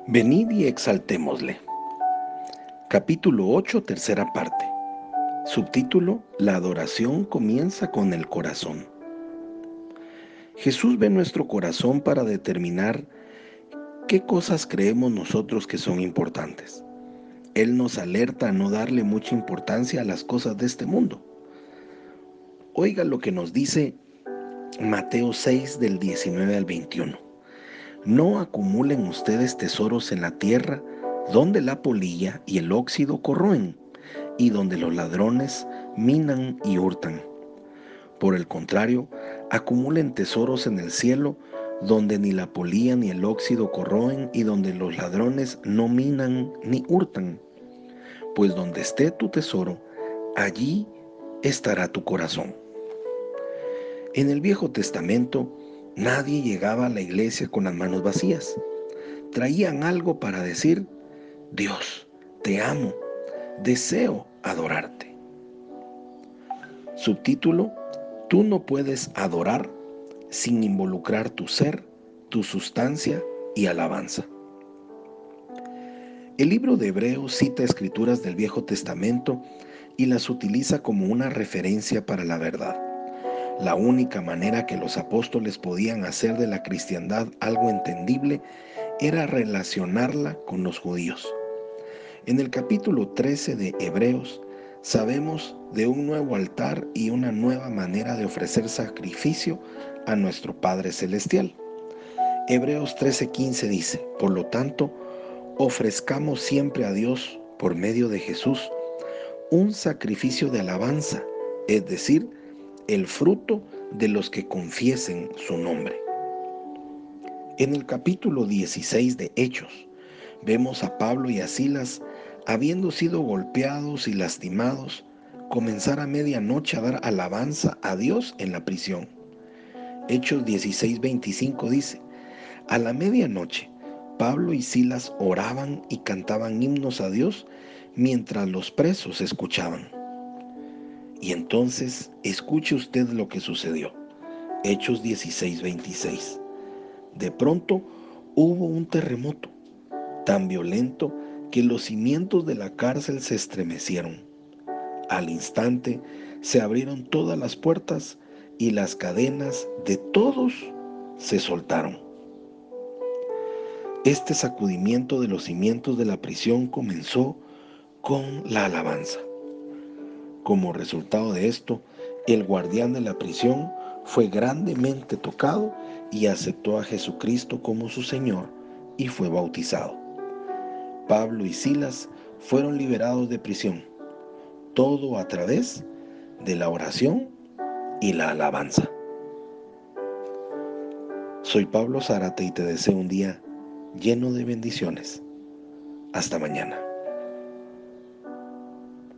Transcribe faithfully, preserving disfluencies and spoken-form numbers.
Venid y exaltémosle. Capítulo ocho, tercera parte. Subtítulo: La adoración comienza con el corazón. Jesús ve nuestro corazón para determinar qué cosas creemos nosotros que son importantes. Él nos alerta a no darle mucha importancia a las cosas de este mundo. Oiga lo que nos dice Mateo seis del diecinueve al veintiuno. No acumulen ustedes tesoros en la tierra, donde la polilla y el óxido corroen, y donde los ladrones minan y hurtan. Por el contrario, acumulen tesoros en el cielo, donde ni la polilla ni el óxido corroen, y donde los ladrones no minan ni hurtan. Pues donde esté tu tesoro, allí estará tu corazón. En el Viejo Testamento, nadie llegaba a la iglesia con las manos vacías. Traían algo para decir: Dios, te amo, deseo adorarte. Subtítulo: Tú no puedes adorar sin involucrar tu ser, tu sustancia y alabanza. El libro de Hebreos cita escrituras del Viejo Testamento y las utiliza como una referencia para la verdad. La única manera que los apóstoles podían hacer de la cristiandad algo entendible era relacionarla con los judíos. En el capítulo trece de Hebreos sabemos de un nuevo altar y una nueva manera de ofrecer sacrificio a nuestro Padre Celestial. Hebreos trece quince dice: Por lo tanto, ofrezcamos siempre a Dios, por medio de Jesús, un sacrificio de alabanza, es decir, el fruto de los que confiesen su nombre. En el capítulo dieciséis de Hechos, vemos a Pablo y a Silas, habiendo sido golpeados y lastimados, comenzar a medianoche a dar alabanza a Dios en la prisión. Hechos dieciséis veinticinco dice: A la medianoche, Pablo y Silas oraban y cantaban himnos a Dios mientras los presos escuchaban. Y entonces, escuche usted lo que sucedió. Hechos dieciséis veintiséis. De pronto hubo un terremoto tan violento que los cimientos de la cárcel se estremecieron. Al instante se abrieron todas las puertas y las cadenas de todos se soltaron. Este sacudimiento de los cimientos de la prisión comenzó con la alabanza. Como resultado de esto, el guardián de la prisión fue grandemente tocado y aceptó a Jesucristo como su Señor y fue bautizado. Pablo y Silas fueron liberados de prisión, todo a través de la oración y la alabanza. Soy Pablo Zárate y te deseo un día lleno de bendiciones. Hasta mañana.